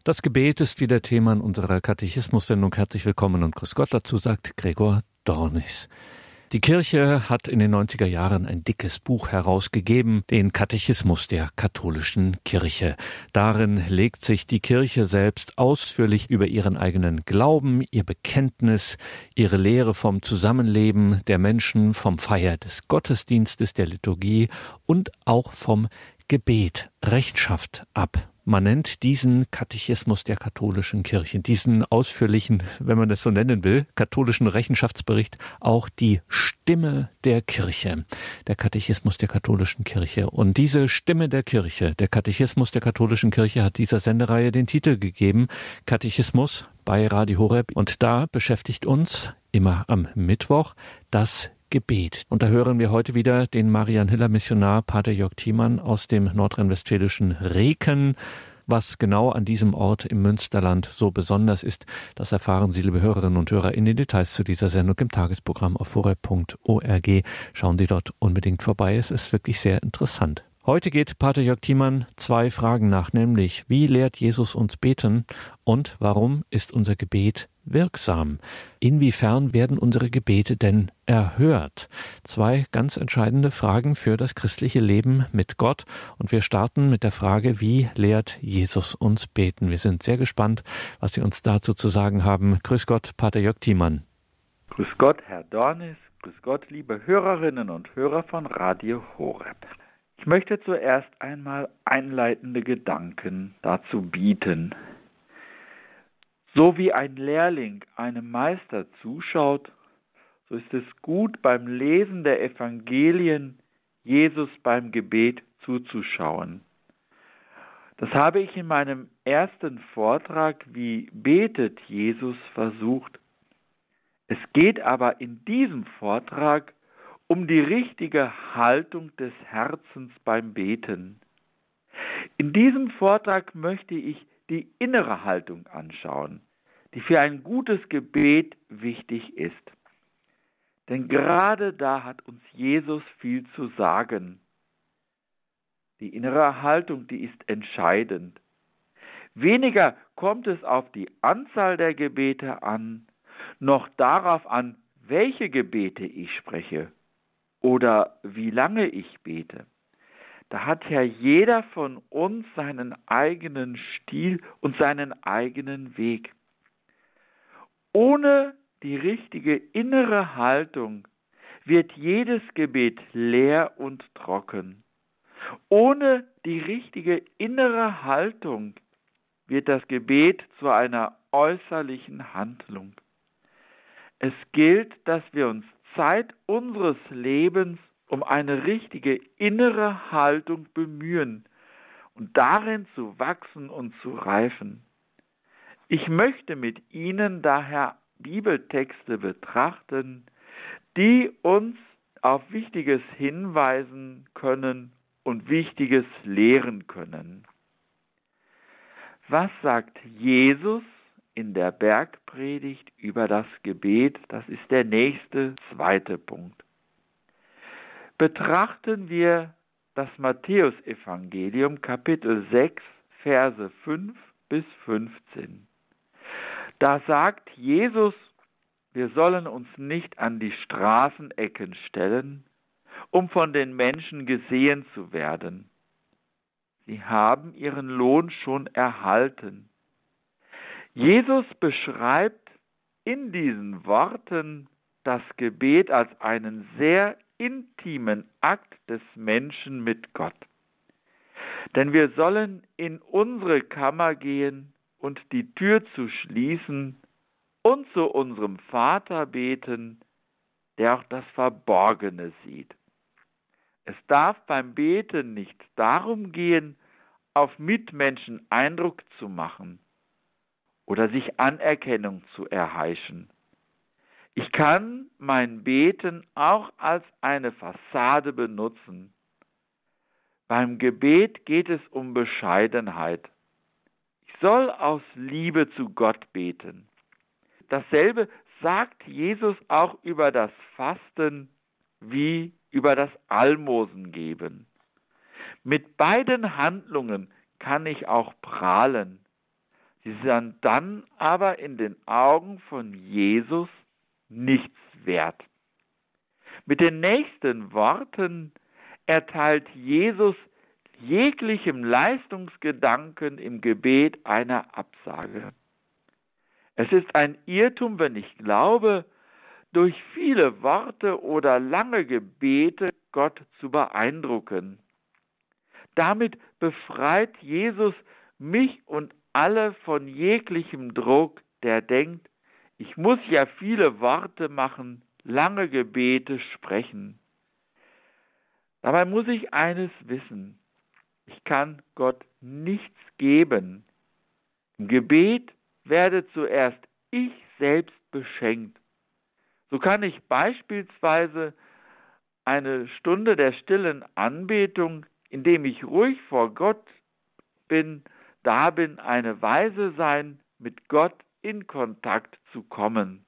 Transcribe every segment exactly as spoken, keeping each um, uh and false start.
Das Gebet ist wieder Thema in unserer Katechismus-Sendung. Herzlich willkommen und grüß Gott, dazu sagt Gregor Dornis. Die Kirche hat in den neunziger Jahren ein dickes Buch herausgegeben, den Katechismus der katholischen Kirche. Darin legt sich die Kirche selbst ausführlich über ihren eigenen Glauben, ihr Bekenntnis, ihre Lehre vom Zusammenleben der Menschen, vom Feier des Gottesdienstes, der Liturgie und auch vom Gebet Rechenschaft ab. Man nennt diesen Katechismus der katholischen Kirche, diesen ausführlichen, wenn man es so nennen will, katholischen Rechenschaftsbericht, auch die Stimme der Kirche, der Katechismus der katholischen Kirche. Und diese Stimme der Kirche, der Katechismus der katholischen Kirche, hat dieser Sendereihe den Titel gegeben, Katechismus bei Radio Horeb. Und da beschäftigt uns immer am Mittwoch das Gebet. Und da hören wir heute wieder den Marianhiller-Missionar Pater Jörg Thiemann aus dem nordrhein-westfälischen Reken. Was genau an diesem Ort im Münsterland so besonders ist, das erfahren Sie, liebe Hörerinnen und Hörer, in den Details zu dieser Sendung im Tagesprogramm auf horeb punkt org. Schauen Sie dort unbedingt vorbei, es ist wirklich sehr interessant. Heute geht Pater Jörg Thiemann zwei Fragen nach, nämlich wie lehrt Jesus uns beten und warum ist unser Gebet wirksam? Inwiefern werden unsere Gebete denn erhört? Zwei ganz entscheidende Fragen für das christliche Leben mit Gott. Und wir starten mit der Frage, wie lehrt Jesus uns beten? Wir sind sehr gespannt, was Sie uns dazu zu sagen haben. Grüß Gott, Pater Jörg Thiemann. Grüß Gott, Herr Dornis. Grüß Gott, liebe Hörerinnen und Hörer von Radio Horeb. Ich möchte zuerst einmal einleitende Gedanken dazu bieten. So wie ein Lehrling einem Meister zuschaut, so ist es gut beim Lesen der Evangelien Jesus beim Gebet zuzuschauen. Das habe ich in meinem ersten Vortrag, wie betet Jesus, versucht. Es geht aber in diesem Vortrag um die richtige Haltung des Herzens beim Beten. In diesem Vortrag möchte ich die innere Haltung anschauen, die für ein gutes Gebet wichtig ist. Denn gerade da hat uns Jesus viel zu sagen. Die innere Haltung, die ist entscheidend. Weniger kommt es auf die Anzahl der Gebete an, noch darauf an, welche Gebete ich spreche oder wie lange ich bete. Da hat ja jeder von uns seinen eigenen Stil und seinen eigenen Weg. Ohne die richtige innere Haltung wird jedes Gebet leer und trocken. Ohne die richtige innere Haltung wird das Gebet zu einer äußerlichen Handlung. Es gilt, dass wir uns Zeit unseres Lebens um eine richtige innere Haltung bemühen und darin zu wachsen und zu reifen. Ich möchte mit Ihnen daher Bibeltexte betrachten, die uns auf Wichtiges hinweisen können und Wichtiges lehren können. Was sagt Jesus in der Bergpredigt über das Gebet? Das ist der nächste, zweite Punkt. Betrachten wir das Matthäusevangelium, Kapitel sechs, Verse fünf bis fünfzehn. Da sagt Jesus, wir sollen uns nicht an die Straßenecken stellen, um von den Menschen gesehen zu werden. Sie haben ihren Lohn schon erhalten. Jesus beschreibt in diesen Worten das Gebet als einen sehr intimen Akt des Menschen mit Gott. Denn wir sollen in unsere Kammer gehen und die Tür zu schließen und zu unserem Vater beten, der auch das Verborgene sieht. Es darf beim Beten nicht darum gehen, auf Mitmenschen Eindruck zu machen oder sich Anerkennung zu erheischen. Ich kann mein Beten auch als eine Fassade benutzen. Beim Gebet geht es um Bescheidenheit. Ich soll aus Liebe zu Gott beten. Dasselbe sagt Jesus auch über das Fasten wie über das Almosen geben. Mit beiden Handlungen kann ich auch prahlen. Sie Sie sind dann aber in den Augen von Jesus nichts wert. Mit den nächsten Worten erteilt Jesus jeglichem Leistungsgedanken im Gebet eine Absage. Es ist ein Irrtum, wenn ich glaube, durch viele Worte oder lange Gebete Gott zu beeindrucken. Damit befreit Jesus mich und alle von jeglichem Druck, der denkt, ich muss ja viele Worte machen, lange Gebete sprechen. Dabei muss ich eines wissen: Ich kann Gott nichts geben. Im Gebet werde zuerst ich selbst beschenkt. So kann ich beispielsweise eine Stunde der stillen Anbetung, indem ich ruhig vor Gott bin, da bin, eine Weise sein, mit Gott in Kontakt zu kommen.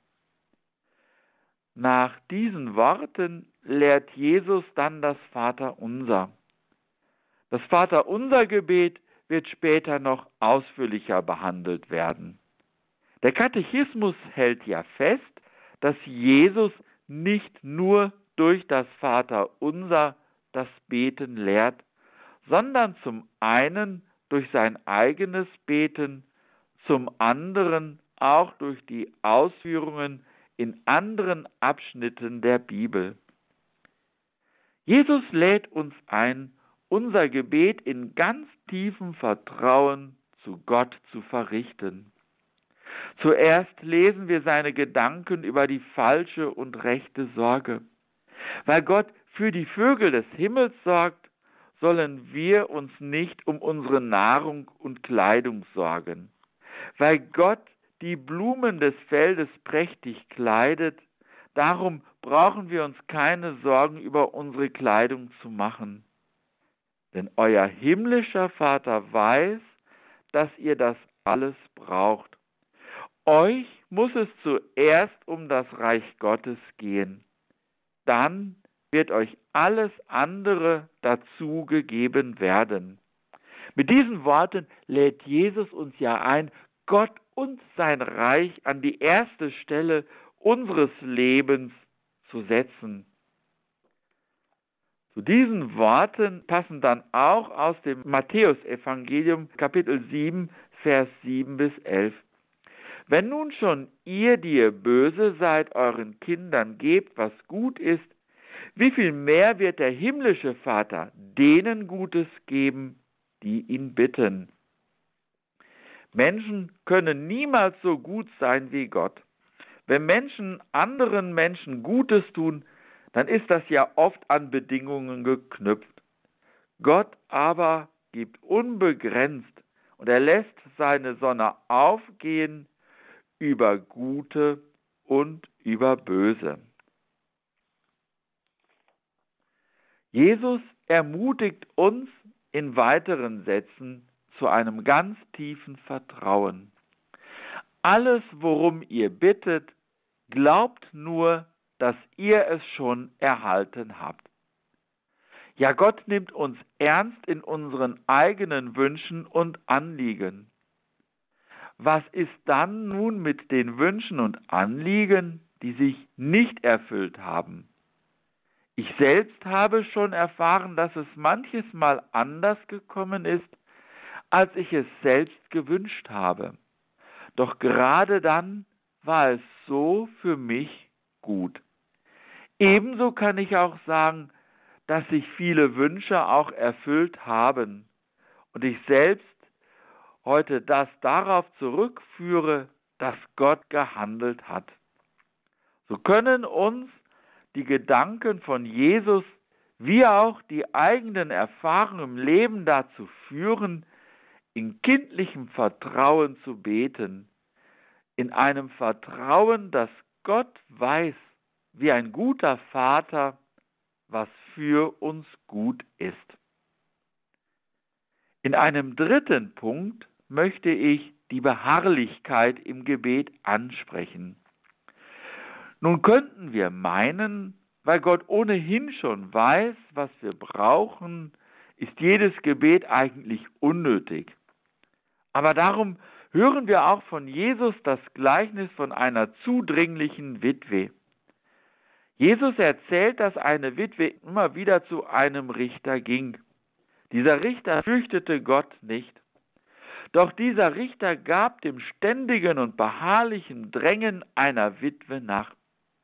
Nach diesen Worten lehrt Jesus dann das Vaterunser. Das Vaterunser-Gebet wird später noch ausführlicher behandelt werden. Der Katechismus hält ja fest, dass Jesus nicht nur durch das Vaterunser das Beten lehrt, sondern zum einen durch sein eigenes Beten, zum anderen auch durch die Ausführungen in anderen Abschnitten der Bibel. Jesus lädt uns ein, unser Gebet in ganz tiefem Vertrauen zu Gott zu verrichten. Zuerst lesen wir seine Gedanken über die falsche und rechte Sorge. Weil Gott für die Vögel des Himmels sorgt, sollen wir uns nicht um unsere Nahrung und Kleidung sorgen. Weil Gott die Blumen des Feldes prächtig kleidet, darum brauchen wir uns keine Sorgen über unsere Kleidung zu machen. Denn euer himmlischer Vater weiß, dass ihr das alles braucht. Euch muss es zuerst um das Reich Gottes gehen. Dann wird euch alles andere dazu gegeben werden. Mit diesen Worten lädt Jesus uns ja ein, Gott und sein Reich an die erste Stelle unseres Lebens zu setzen. Zu diesen Worten passen dann auch aus dem Matthäusevangelium Kapitel sieben, Vers sieben bis elf. Wenn nun schon ihr, die ihr böse seid, euren Kindern gebt, was gut ist, wie viel mehr wird der himmlische Vater denen Gutes geben, die ihn bitten? Menschen können niemals so gut sein wie Gott. Wenn Menschen anderen Menschen Gutes tun, dann ist das ja oft an Bedingungen geknüpft. Gott aber gibt unbegrenzt und er lässt seine Sonne aufgehen über Gute und über Böse. Jesus ermutigt uns in weiteren Sätzen zu einem ganz tiefen Vertrauen. Alles, worum ihr bittet, glaubt nur, dass ihr es schon erhalten habt. Ja, Gott nimmt uns ernst in unseren eigenen Wünschen und Anliegen. Was ist dann nun mit den Wünschen und Anliegen, die sich nicht erfüllt haben? Ich selbst habe schon erfahren, dass es manches Mal anders gekommen ist, als ich es selbst gewünscht habe. Doch gerade dann war es so für mich gut. Ebenso kann ich auch sagen, dass sich viele Wünsche auch erfüllt haben und ich selbst heute das darauf zurückführe, dass Gott gehandelt hat. So können uns die Gedanken von Jesus wie auch die eigenen Erfahrungen im Leben dazu führen, in kindlichem Vertrauen zu beten, in einem Vertrauen, dass Gott weiß, wie ein guter Vater, was für uns gut ist. In einem dritten Punkt möchte ich die Beharrlichkeit im Gebet ansprechen. Nun könnten wir meinen, weil Gott ohnehin schon weiß, was wir brauchen, ist jedes Gebet eigentlich unnötig. Aber darum hören wir auch von Jesus das Gleichnis von einer zudringlichen Witwe. Jesus erzählt, dass eine Witwe immer wieder zu einem Richter ging. Dieser Richter fürchtete Gott nicht. Doch dieser Richter gab dem ständigen und beharrlichen Drängen einer Witwe nach.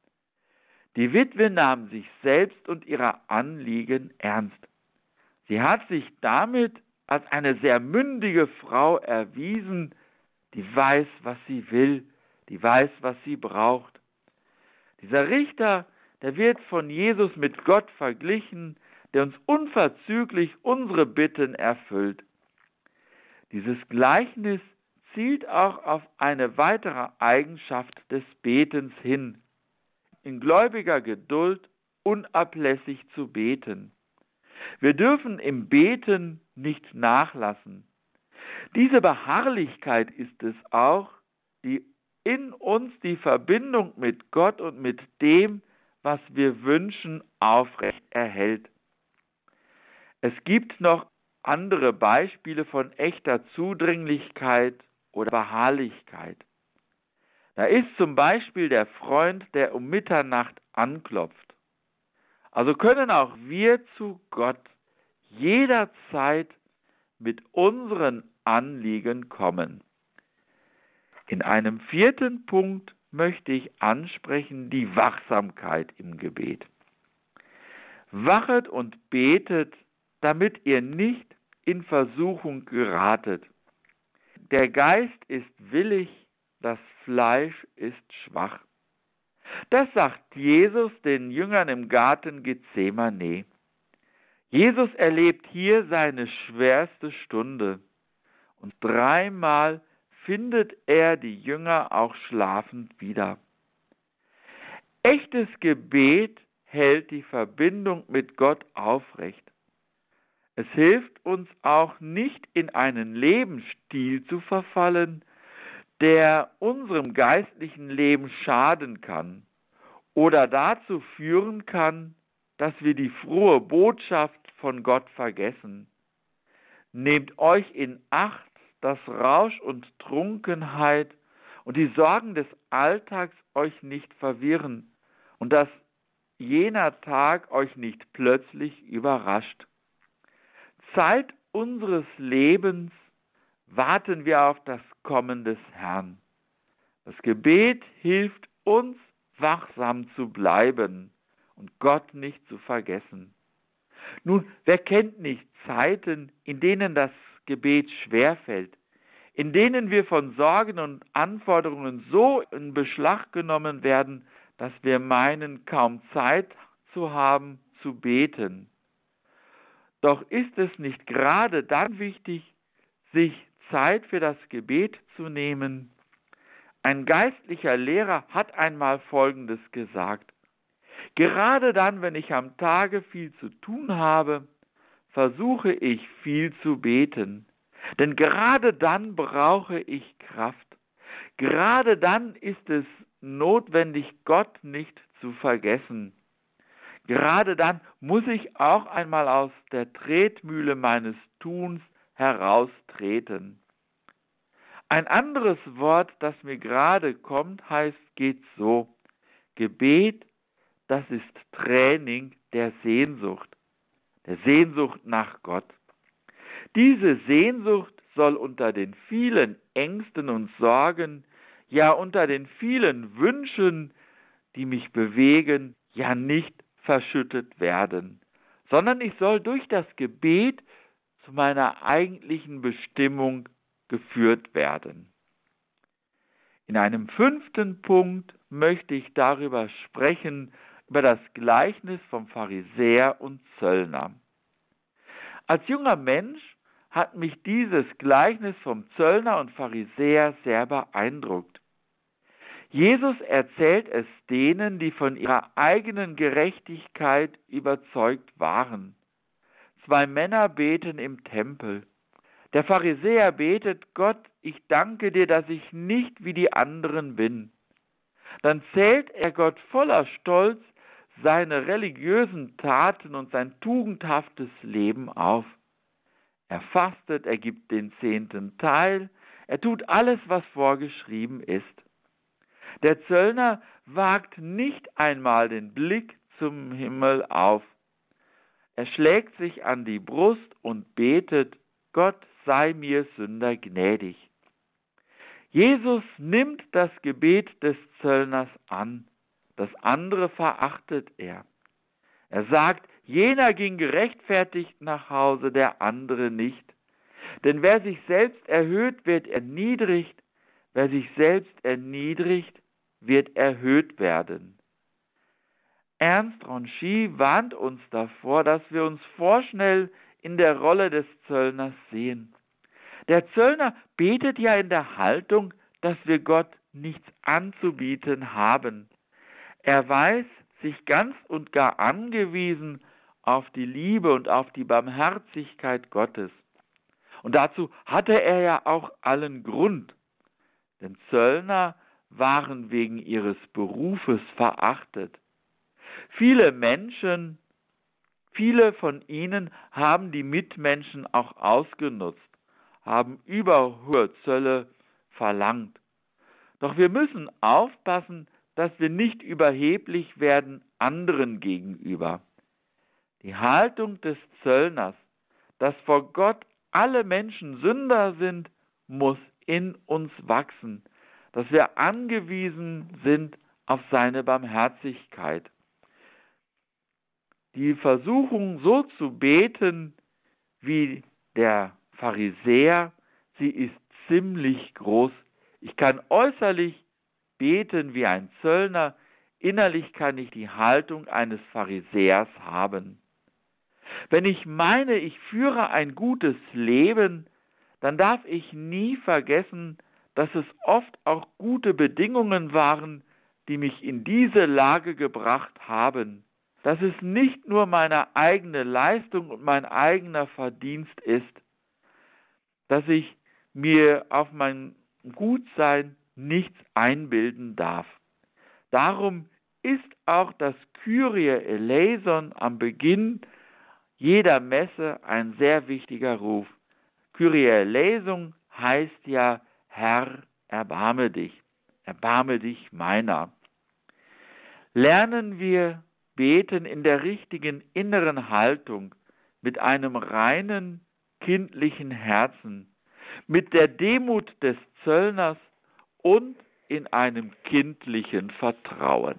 Die Witwe nahm sich selbst und ihre Anliegen ernst. Sie hat sich damit als eine sehr mündige Frau erwiesen, die weiß, was sie will, die weiß, was sie braucht. Dieser Richter, der wird von Jesus mit Gott verglichen, der uns unverzüglich unsere Bitten erfüllt. Dieses Gleichnis zielt auch auf eine weitere Eigenschaft des Betens hin, in gläubiger Geduld unablässig zu beten. Wir dürfen im Beten nicht nachlassen. Diese Beharrlichkeit ist es auch, die in uns die Verbindung mit Gott und mit dem, was wir wünschen, aufrecht erhält. Es gibt noch andere Beispiele von echter Zudringlichkeit oder Beharrlichkeit. Da ist zum Beispiel der Freund, der um Mitternacht anklopft. Also können auch wir zu Gott jederzeit mit unseren Anliegen kommen. In einem vierten Punkt möchte ich ansprechen die Wachsamkeit im Gebet. Wachet und betet, damit ihr nicht in Versuchung geratet. Der Geist ist willig, das Fleisch ist schwach. Das sagt Jesus den Jüngern im Garten Gethsemane. Jesus erlebt hier seine schwerste Stunde und dreimal findet er die Jünger auch schlafend wieder. Echtes Gebet hält die Verbindung mit Gott aufrecht. Es hilft uns auch nicht in einen Lebensstil zu verfallen, der unserem geistlichen Leben schaden kann oder dazu führen kann, dass wir die frohe Botschaft von Gott vergessen. Nehmt euch in Acht, dass Rausch und Trunkenheit und die Sorgen des Alltags euch nicht verwirren und dass jener Tag euch nicht plötzlich überrascht. Zeit unseres Lebens warten wir auf das Kommen des Herrn. Das Gebet hilft uns, wachsam zu bleiben und Gott nicht zu vergessen. Nun, wer kennt nicht Zeiten, in denen das Gebet schwerfällt, in denen wir von Sorgen und Anforderungen so in Beschlag genommen werden, dass wir meinen, kaum Zeit zu haben, zu beten. Doch ist es nicht gerade dann wichtig, sich Zeit für das Gebet zu nehmen? Ein geistlicher Lehrer hat einmal Folgendes gesagt: Gerade dann, wenn ich am Tage viel zu tun habe, versuche ich viel zu beten. Denn gerade dann brauche ich Kraft. Gerade dann ist es notwendig, Gott nicht zu vergessen. Gerade dann muss ich auch einmal aus der Tretmühle meines Tuns heraustreten. Ein anderes Wort, das mir gerade kommt, heißt, geht so: Gebet, das ist Training der Sehnsucht, der Sehnsucht nach Gott. Diese Sehnsucht soll unter den vielen Ängsten und Sorgen, ja unter den vielen Wünschen, die mich bewegen, ja nicht verschüttet werden, sondern ich soll durch das Gebet zu meiner eigentlichen Bestimmung geführt werden. In einem fünften Punkt möchte ich darüber sprechen, über das Gleichnis vom Pharisäer und Zöllner. Als junger Mensch hat mich dieses Gleichnis vom Zöllner und Pharisäer sehr beeindruckt. Jesus erzählt es denen, die von ihrer eigenen Gerechtigkeit überzeugt waren. Zwei Männer beten im Tempel. Der Pharisäer betet: Gott, ich danke dir, dass ich nicht wie die anderen bin. Dann zählt er Gott voller Stolz seine religiösen Taten und sein tugendhaftes Leben auf. Er fastet, er gibt den zehnten Teil, Er tut alles, was vorgeschrieben ist. Der Zöllner wagt nicht einmal den Blick zum Himmel auf. Er schlägt sich an die Brust und betet, Gott sei mir Sünder gnädig. Jesus nimmt das Gebet des Zöllners an, das andere verachtet er. Er sagt, jener ging gerechtfertigt nach Hause, der andere nicht. Denn wer sich selbst erhöht, wird erniedrigt, wer sich selbst erniedrigt, wird erhöht werden. Ernst Ronchi warnt uns davor, dass wir uns vorschnell in der Rolle des Zöllners sehen. Der Zöllner betet ja in der Haltung, dass wir Gott nichts anzubieten haben. Er weiß sich ganz und gar angewiesen auf die Liebe und auf die Barmherzigkeit Gottes. Und dazu hatte er ja auch allen Grund. Denn Zöllner waren wegen ihres Berufes verachtet. Viele Menschen, viele von ihnen haben die Mitmenschen auch ausgenutzt, haben überhohe Zölle verlangt. Doch wir müssen aufpassen, dass wir nicht überheblich werden anderen gegenüber. Die Haltung des Zöllners, dass vor Gott alle Menschen Sünder sind, muss in uns wachsen, dass wir angewiesen sind auf seine Barmherzigkeit. Die Versuchung, so zu beten wie der Pharisäer, sie ist ziemlich groß. Ich kann äußerlich beten wie ein Zöllner, innerlich kann ich die Haltung eines Pharisäers haben. Wenn ich meine, ich führe ein gutes Leben, dann darf ich nie vergessen, dass es oft auch gute Bedingungen waren, die mich in diese Lage gebracht haben. Dass es nicht nur meine eigene Leistung und mein eigener Verdienst ist, dass ich mir auf mein Gutsein nichts einbilden darf. Darum ist auch das Kyrie eleison am Beginn jeder Messe ein sehr wichtiger Ruf. Kyrie eleison heißt ja, Herr, erbarme dich, erbarme dich meiner. Lernen wir beten in der richtigen inneren Haltung, mit einem reinen, kindlichen Herzen, mit der Demut des Zöllners und in einem kindlichen Vertrauen.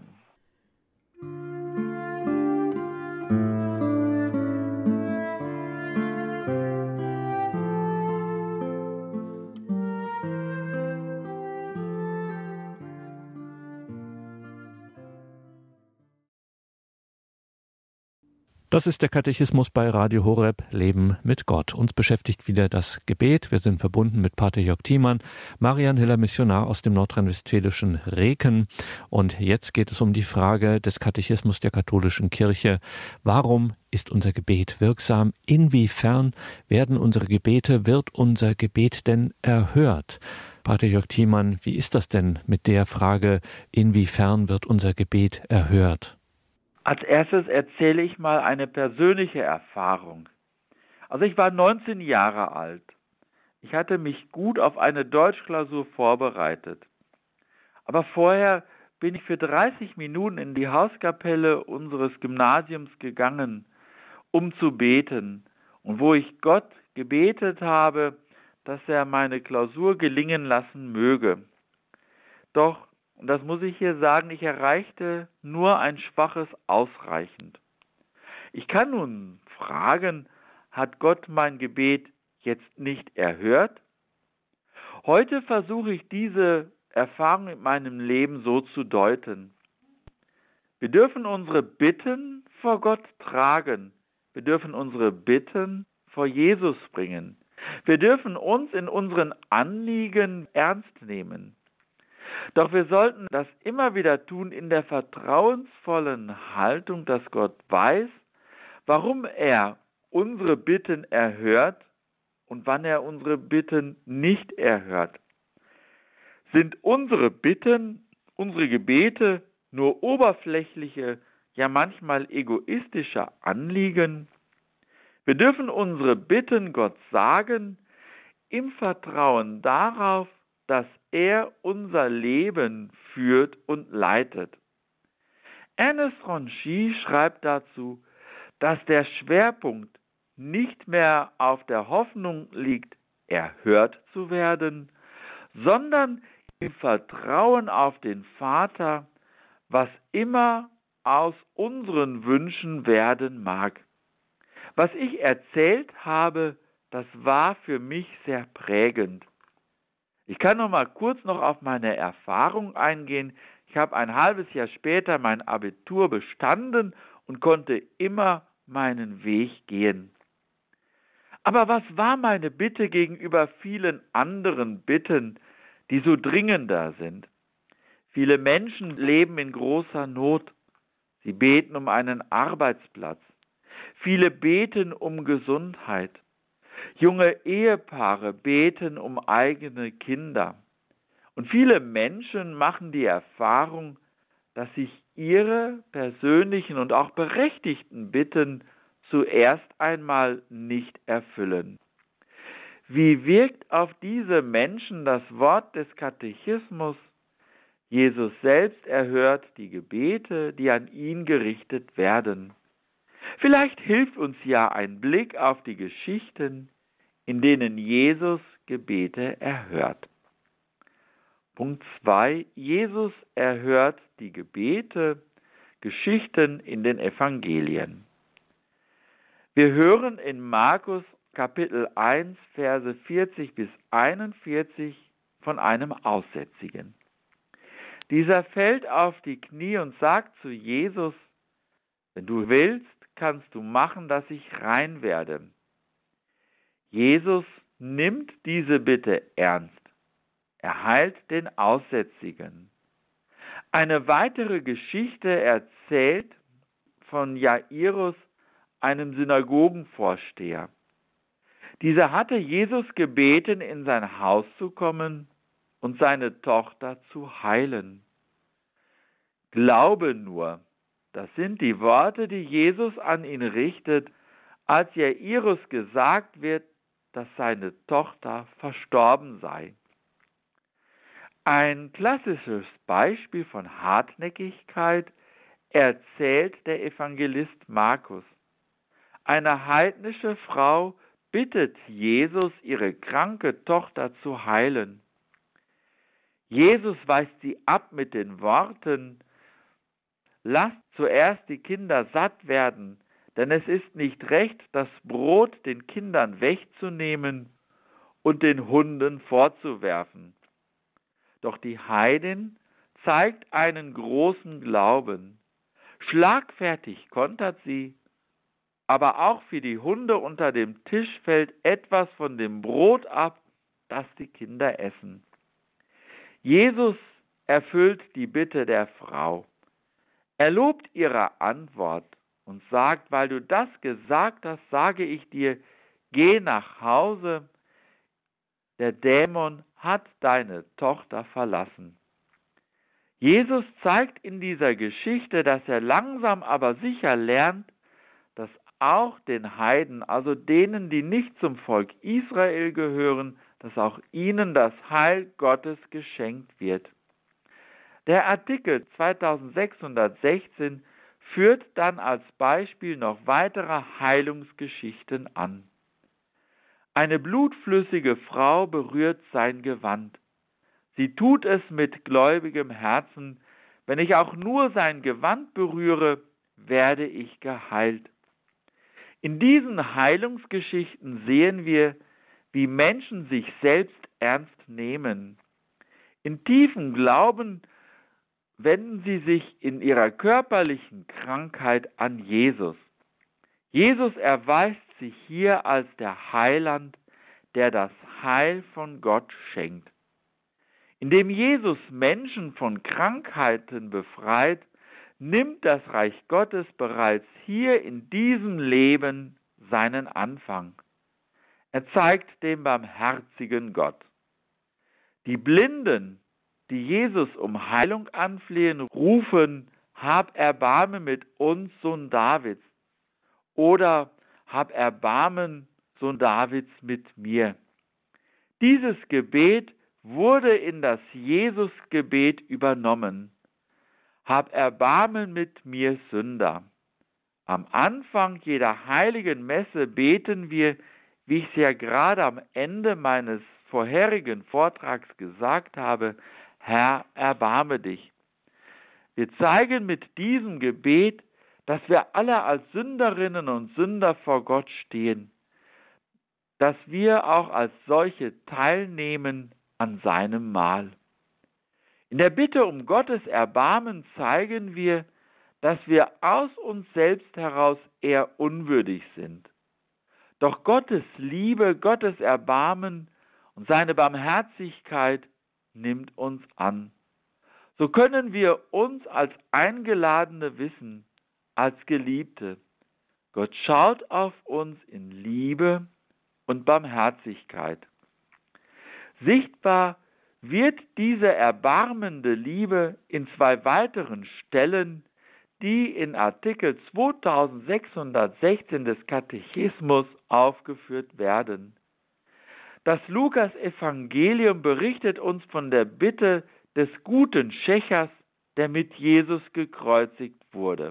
Das ist der Katechismus bei Radio Horeb, Leben mit Gott. Uns beschäftigt wieder das Gebet. Wir sind verbunden mit Pater Jörg Thiemann, Marianhiller Missionar aus dem nordrhein-westfälischen Reken. Und jetzt geht es um die Frage des Katechismus der katholischen Kirche. Warum ist unser Gebet wirksam? Inwiefern werden unsere Gebete, wird unser Gebet denn erhört? Pater Jörg Thiemann, wie ist das denn mit der Frage, inwiefern wird unser Gebet erhört? Als erstes erzähle ich mal eine persönliche Erfahrung. Also ich war neunzehn Jahre alt. Ich hatte mich gut auf eine Deutschklausur vorbereitet. Aber vorher bin ich für dreißig Minuten in die Hauskapelle unseres Gymnasiums gegangen, um zu beten. Und wo ich Gott gebetet habe, dass er meine Klausur gelingen lassen möge. Doch, und das muss ich hier sagen, ich erreichte nur ein schwaches Ausreichend. Ich kann nun fragen, hat Gott mein Gebet jetzt nicht erhört? Heute versuche ich diese Erfahrung in meinem Leben so zu deuten. Wir dürfen unsere Bitten vor Gott tragen. Wir dürfen unsere Bitten vor Jesus bringen. Wir dürfen uns in unseren Anliegen ernst nehmen. Doch wir sollten das immer wieder tun in der vertrauensvollen Haltung, dass Gott weiß, warum er unsere Bitten erhört und wann er unsere Bitten nicht erhört. Sind unsere Bitten, unsere Gebete nur oberflächliche, ja manchmal egoistische Anliegen? Wir dürfen unsere Bitten Gott sagen, im Vertrauen darauf, dass er unser Leben führt und leitet. Ernest Ronchi schreibt dazu, dass der Schwerpunkt nicht mehr auf der Hoffnung liegt, erhört zu werden, sondern im Vertrauen auf den Vater, was immer aus unseren Wünschen werden mag. Was ich erzählt habe, das war für mich sehr prägend. Ich kann noch mal kurz noch auf meine Erfahrung eingehen. Ich habe ein halbes Jahr später mein Abitur bestanden und konnte immer meinen Weg gehen. Aber was war meine Bitte gegenüber vielen anderen Bitten, die so dringender sind? Viele Menschen leben in großer Not. Sie beten um einen Arbeitsplatz. Viele beten um Gesundheit. Junge Ehepaare beten um eigene Kinder. Und viele Menschen machen die Erfahrung, dass sich ihre persönlichen und auch berechtigten Bitten zuerst einmal nicht erfüllen. Wie wirkt auf diese Menschen das Wort des Katechismus? Jesus selbst erhört die Gebete, die an ihn gerichtet werden. Vielleicht hilft uns ja ein Blick auf die Geschichten, in denen Jesus Gebete erhört. Punkt zwei. Jesus erhört die Gebete, Geschichten in den Evangelien. Wir hören in Markus Kapitel eins, Verse vierzig bis einundvierzig von einem Aussätzigen. Dieser fällt auf die Knie und sagt zu Jesus: Wenn du willst, kannst du machen, dass ich rein werde. Jesus nimmt diese Bitte ernst. Er heilt den Aussätzigen. Eine weitere Geschichte erzählt von Jairus, einem Synagogenvorsteher. Dieser hatte Jesus gebeten, in sein Haus zu kommen und seine Tochter zu heilen. Glaube nur, das sind die Worte, die Jesus an ihn richtet, als Jairus gesagt wird, dass seine Tochter verstorben sei. Ein klassisches Beispiel von Hartnäckigkeit erzählt der Evangelist Markus. Eine heidnische Frau bittet Jesus, ihre kranke Tochter zu heilen. Jesus weist sie ab mit den Worten: Lasst zuerst die Kinder satt werden, denn es ist nicht recht, das Brot den Kindern wegzunehmen und den Hunden vorzuwerfen. Doch die Heidin zeigt einen großen Glauben. Schlagfertig kontert sie, aber auch für die Hunde unter dem Tisch fällt etwas von dem Brot ab, das die Kinder essen. Jesus erfüllt die Bitte der Frau. Er lobt ihre Antwort und sagt: Weil du das gesagt hast, sage ich dir, geh nach Hause, der Dämon hat deine Tochter verlassen. Jesus zeigt in dieser Geschichte, dass er langsam aber sicher lernt, dass auch den Heiden, also denen, die nicht zum Volk Israel gehören, dass auch ihnen das Heil Gottes geschenkt wird. Der Artikel zweitausendsechshundertsechzehn führt dann als Beispiel noch weitere Heilungsgeschichten an. Eine blutflüssige Frau berührt sein Gewand. Sie tut es mit gläubigem Herzen. Wenn ich auch nur sein Gewand berühre, werde ich geheilt. In diesen Heilungsgeschichten sehen wir, wie Menschen sich selbst ernst nehmen. In tiefem Glauben wenden sie sich in ihrer körperlichen Krankheit an Jesus. Jesus erweist sich hier als der Heiland, der das Heil von Gott schenkt. Indem Jesus Menschen von Krankheiten befreit, nimmt das Reich Gottes bereits hier in diesem Leben seinen Anfang. Er zeigt den barmherzigen Gott. Die Blinden, die Jesus um Heilung anflehen, rufen: Hab Erbarmen mit uns, Sohn Davids. Oder: Hab Erbarmen, Sohn Davids, mit mir. Dieses Gebet wurde in das Jesusgebet übernommen. Hab Erbarmen mit mir, Sünder. Am Anfang jeder heiligen Messe beten wir, wie ich es ja gerade am Ende meines vorherigen Vortrags gesagt habe, Herr, erbarme dich. Wir zeigen mit diesem Gebet, dass wir alle als Sünderinnen und Sünder vor Gott stehen, dass wir auch als solche teilnehmen an seinem Mahl. In der Bitte um Gottes Erbarmen zeigen wir, dass wir aus uns selbst heraus eher unwürdig sind. Doch Gottes Liebe, Gottes Erbarmen und seine Barmherzigkeit nimmt uns an. So können wir uns als Eingeladene wissen, als Geliebte. Gott schaut auf uns in Liebe und Barmherzigkeit. Sichtbar wird diese erbarmende Liebe in zwei weiteren Stellen, die in Artikel zweitausendsechshundertsechzehn des Katechismus aufgeführt werden. Das Lukas-Evangelium berichtet uns von der Bitte des guten Schächers, der mit Jesus gekreuzigt wurde.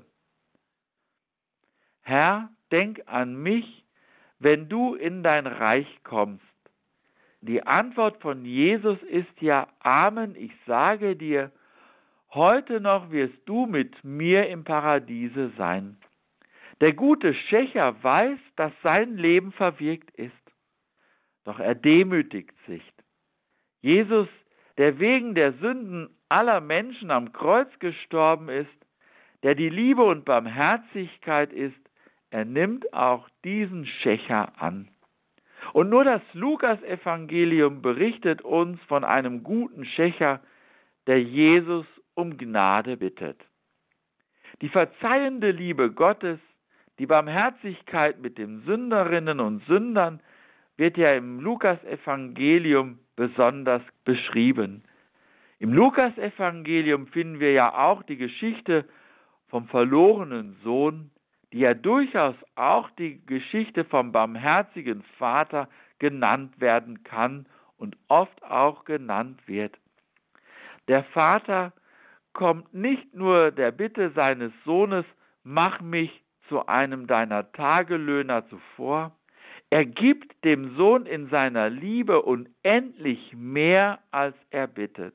Herr, denk an mich, wenn du in dein Reich kommst. Die Antwort von Jesus ist ja, Amen, ich sage dir, heute noch wirst du mit mir im Paradiese sein. Der gute Schächer weiß, dass sein Leben verwirkt ist. Doch er demütigt sich. Jesus, der wegen der Sünden aller Menschen am Kreuz gestorben ist, der die Liebe und Barmherzigkeit ist, er nimmt auch diesen Schächer an. Und nur das Lukas-Evangelium berichtet uns von einem guten Schächer, der Jesus um Gnade bittet. Die verzeihende Liebe Gottes, die Barmherzigkeit mit den Sünderinnen und Sündern wird ja im Lukas-Evangelium besonders beschrieben. Im Lukas-Evangelium finden wir ja auch die Geschichte vom verlorenen Sohn, die ja durchaus auch die Geschichte vom barmherzigen Vater genannt werden kann und oft auch genannt wird. Der Vater kommt nicht nur der Bitte seines Sohnes, mach mich zu einem deiner Tagelöhner zuvor, er gibt dem Sohn in seiner Liebe unendlich mehr, als er bittet.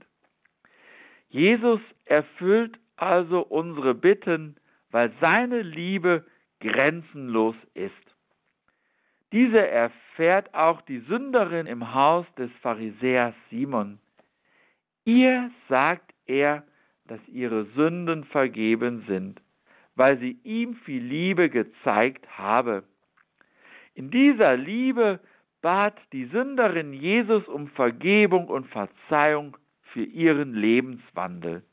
Jesus erfüllt also unsere Bitten, weil seine Liebe grenzenlos ist. Diese erfährt auch die Sünderin im Haus des Pharisäers Simon. Ihr sagt er, dass ihre Sünden vergeben sind, weil sie ihm viel Liebe gezeigt habe. In dieser Liebe bat die Sünderin Jesus um Vergebung und Verzeihung für ihren Lebenswandel.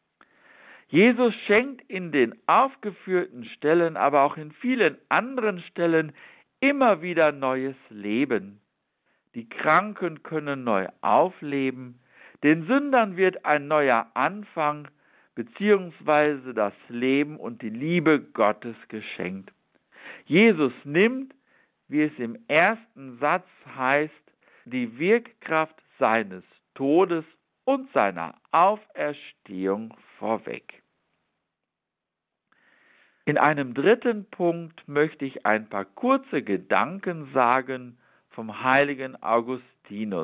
Jesus schenkt in den aufgeführten Stellen, aber auch in vielen anderen Stellen immer wieder neues Leben. Die Kranken können neu aufleben, den Sündern wird ein neuer Anfang beziehungsweise das Leben und die Liebe Gottes geschenkt. Jesus nimmt, wie es im ersten Satz heißt, die Wirkkraft seines Todes und seiner Auferstehung vorweg. In einem dritten Punkt möchte ich ein paar kurze Gedanken sagen vom heiligen Augustinus.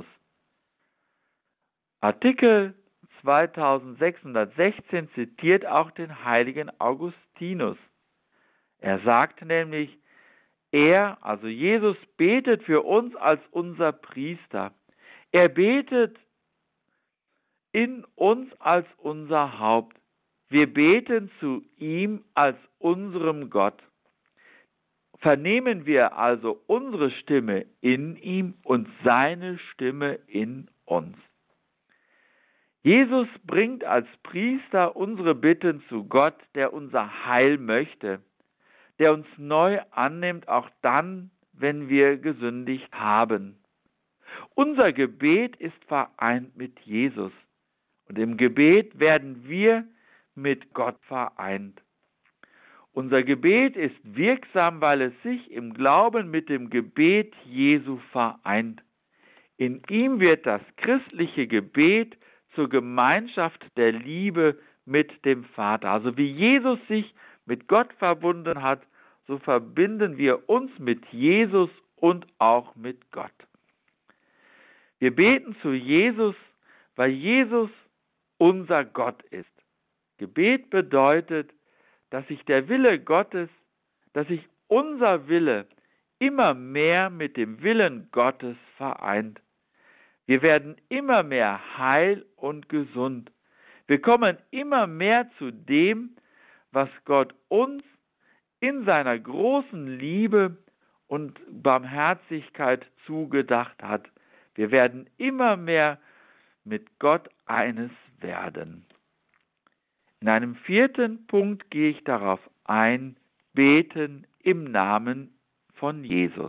Artikel zweitausendsechshundertsechzehn zitiert auch den heiligen Augustinus. Er sagt nämlich, er, also Jesus, betet für uns als unser Priester. Er betet in uns als unser Haupt. Wir beten zu ihm als unserem Gott. Vernehmen wir also unsere Stimme in ihm und seine Stimme in uns. Jesus bringt als Priester unsere Bitten zu Gott, der unser Heil möchte, der uns neu annimmt, auch dann, wenn wir gesündigt haben. Unser Gebet ist vereint mit Jesus und im Gebet werden wir mit Gott vereint. Unser Gebet ist wirksam, weil es sich im Glauben mit dem Gebet Jesu vereint. In ihm wird das christliche Gebet zur Gemeinschaft der Liebe mit dem Vater. Also wie Jesus sich mit Gott verbunden hat, so verbinden wir uns mit Jesus und auch mit Gott. Wir beten zu Jesus, weil Jesus unser Gott ist. Gebet bedeutet, dass sich der Wille Gottes, dass sich unser Wille immer mehr mit dem Willen Gottes vereint. Wir werden immer mehr heil und gesund. Wir kommen immer mehr zu dem, was Gott uns in seiner großen Liebe und Barmherzigkeit zugedacht hat. Wir werden immer mehr mit Gott eines werden. In einem vierten Punkt gehe ich darauf ein, beten im Namen von Jesus.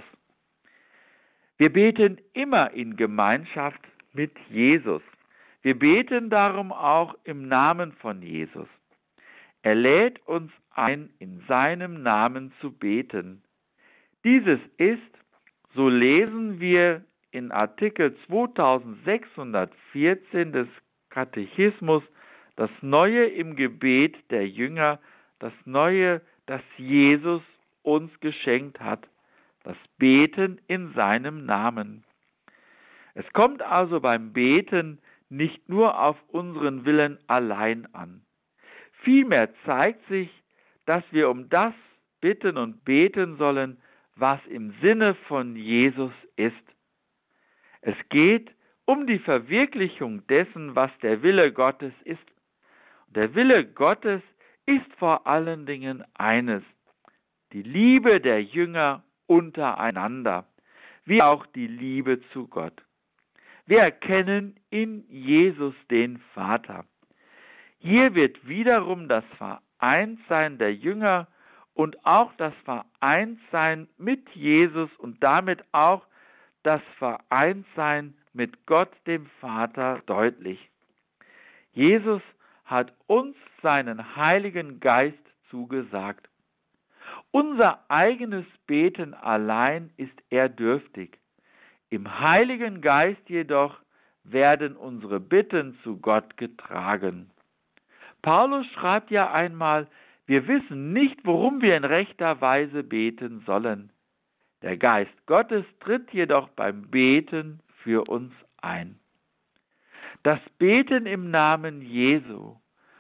Wir beten immer in Gemeinschaft mit Jesus. Wir beten darum auch im Namen von Jesus. Er lädt uns ein, in seinem Namen zu beten. Dieses ist, so lesen wir in Artikel zweitausendsechshundertvierzehn des Katechismus, das Neue im Gebet der Jünger, das Neue, das Jesus uns geschenkt hat, das Beten in seinem Namen. Es kommt also beim Beten nicht nur auf unseren Willen allein an. Vielmehr zeigt sich, dass wir um das bitten und beten sollen, was im Sinne von Jesus ist. Es geht um die Verwirklichung dessen, was der Wille Gottes ist. Der Wille Gottes ist vor allen Dingen eines: die Liebe der Jünger untereinander, wie auch die Liebe zu Gott. Wir erkennen in Jesus den Vater. Hier wird wiederum das Vereintsein der Jünger und auch das Vereintsein mit Jesus und damit auch das Vereintsein mit Gott, dem Vater, deutlich. Jesus hat uns seinen Heiligen Geist zugesagt. Unser eigenes Beten allein ist ehrfürchtig. Im Heiligen Geist jedoch werden unsere Bitten zu Gott getragen. Paulus schreibt ja einmal, wir wissen nicht, worum wir in rechter Weise beten sollen. Der Geist Gottes tritt jedoch beim Beten für uns ein. Das Beten im Namen Jesu,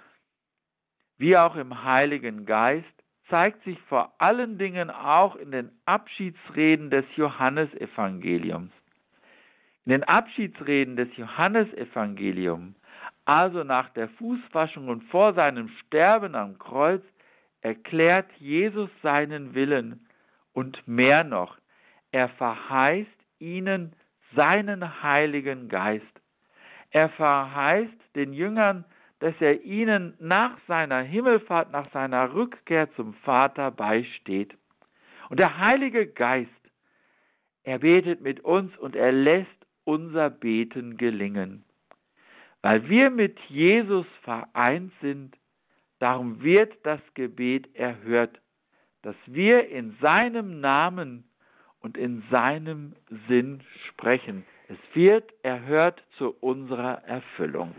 wie auch im Heiligen Geist, zeigt sich vor allen Dingen auch in den Abschiedsreden des Johannesevangeliums. In den Abschiedsreden des Johannesevangeliums, also nach der Fußwaschung und vor seinem Sterben am Kreuz, erklärt Jesus seinen Willen und mehr noch, er verheißt ihnen seinen Heiligen Geist. Er verheißt den Jüngern, dass er ihnen nach seiner Himmelfahrt, nach seiner Rückkehr zum Vater beisteht. Und der Heilige Geist, er betet mit uns und er lässt unser Beten gelingen. Weil wir mit Jesus vereint sind, darum wird das Gebet erhört, dass wir in seinem Namen und in seinem Sinn sprechen. Es wird erhört zu unserer Erfüllung.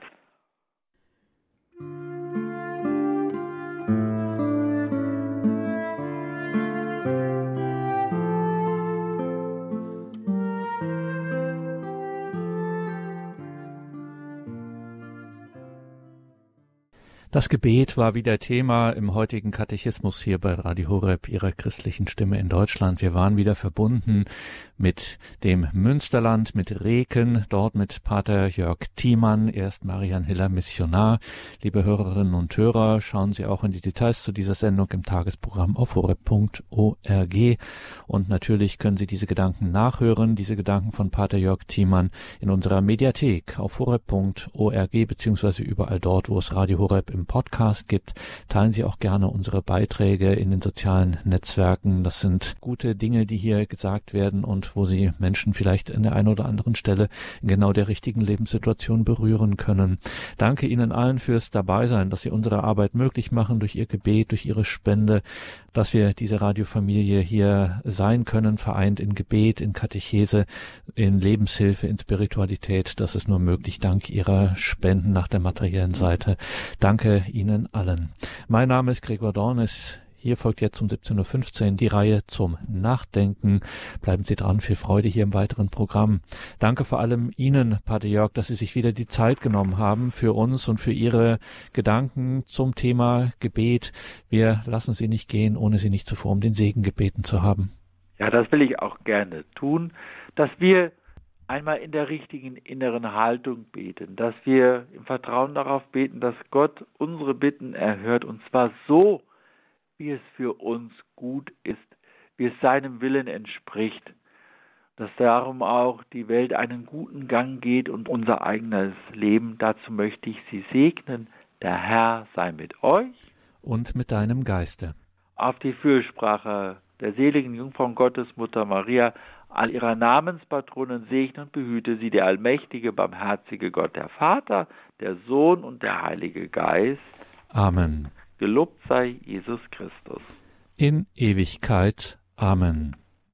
Das Gebet war wieder Thema im heutigen Katechismus hier bei Radio Horeb, Ihrer christlichen Stimme in Deutschland. Wir waren wieder verbunden mit dem Münsterland, mit Reken, dort mit Pater Jörg Thiemann. Er ist Marianhiller Missionar. Liebe Hörerinnen und Hörer, schauen Sie auch in die Details zu dieser Sendung im Tagesprogramm auf horeb punkt org. Und natürlich können Sie diese Gedanken nachhören, diese Gedanken von Pater Jörg Thiemann in unserer Mediathek auf horeb punkt org beziehungsweise überall dort, wo es Radio Horeb im im Podcast gibt. Teilen Sie auch gerne unsere Beiträge in den sozialen Netzwerken. Das sind gute Dinge, die hier gesagt werden und wo Sie Menschen vielleicht an der einen oder anderen Stelle in genau der richtigen Lebenssituation berühren können. Danke Ihnen allen fürs Dabeisein, dass Sie unsere Arbeit möglich machen durch Ihr Gebet, durch Ihre Spende, dass wir diese Radiofamilie hier sein können, vereint in Gebet, in Katechese, in Lebenshilfe, in Spiritualität. Das ist nur möglich dank Ihrer Spenden nach der materiellen Seite. Danke Ihnen allen. Mein Name ist Gregor Dornis. Hier folgt jetzt um siebzehn Uhr fünfzehn die Reihe zum Nachdenken. Bleiben Sie dran, viel Freude hier im weiteren Programm. Danke vor allem Ihnen, Pater Jörg, dass Sie sich wieder die Zeit genommen haben für uns und für Ihre Gedanken zum Thema Gebet. Wir lassen Sie nicht gehen, ohne Sie nicht zuvor um den Segen gebeten zu haben. Ja, das will ich auch gerne tun, dass wir einmal in der richtigen inneren Haltung beten, dass wir im Vertrauen darauf beten, dass Gott unsere Bitten erhört, und zwar so, wie es für uns gut ist, wie es seinem Willen entspricht, dass darum auch die Welt einen guten Gang geht und unser eigenes Leben. Dazu möchte ich Sie segnen. Der Herr sei mit euch und mit deinem Geiste. Auf die Fürsprache der seligen Jungfrau Gottesmutter Maria, all ihrer Namenspatronen, segne und behüte sie der allmächtige, barmherzige Gott, der Vater, der Sohn und der Heilige Geist. Amen. Gelobt sei Jesus Christus. In Ewigkeit. Amen.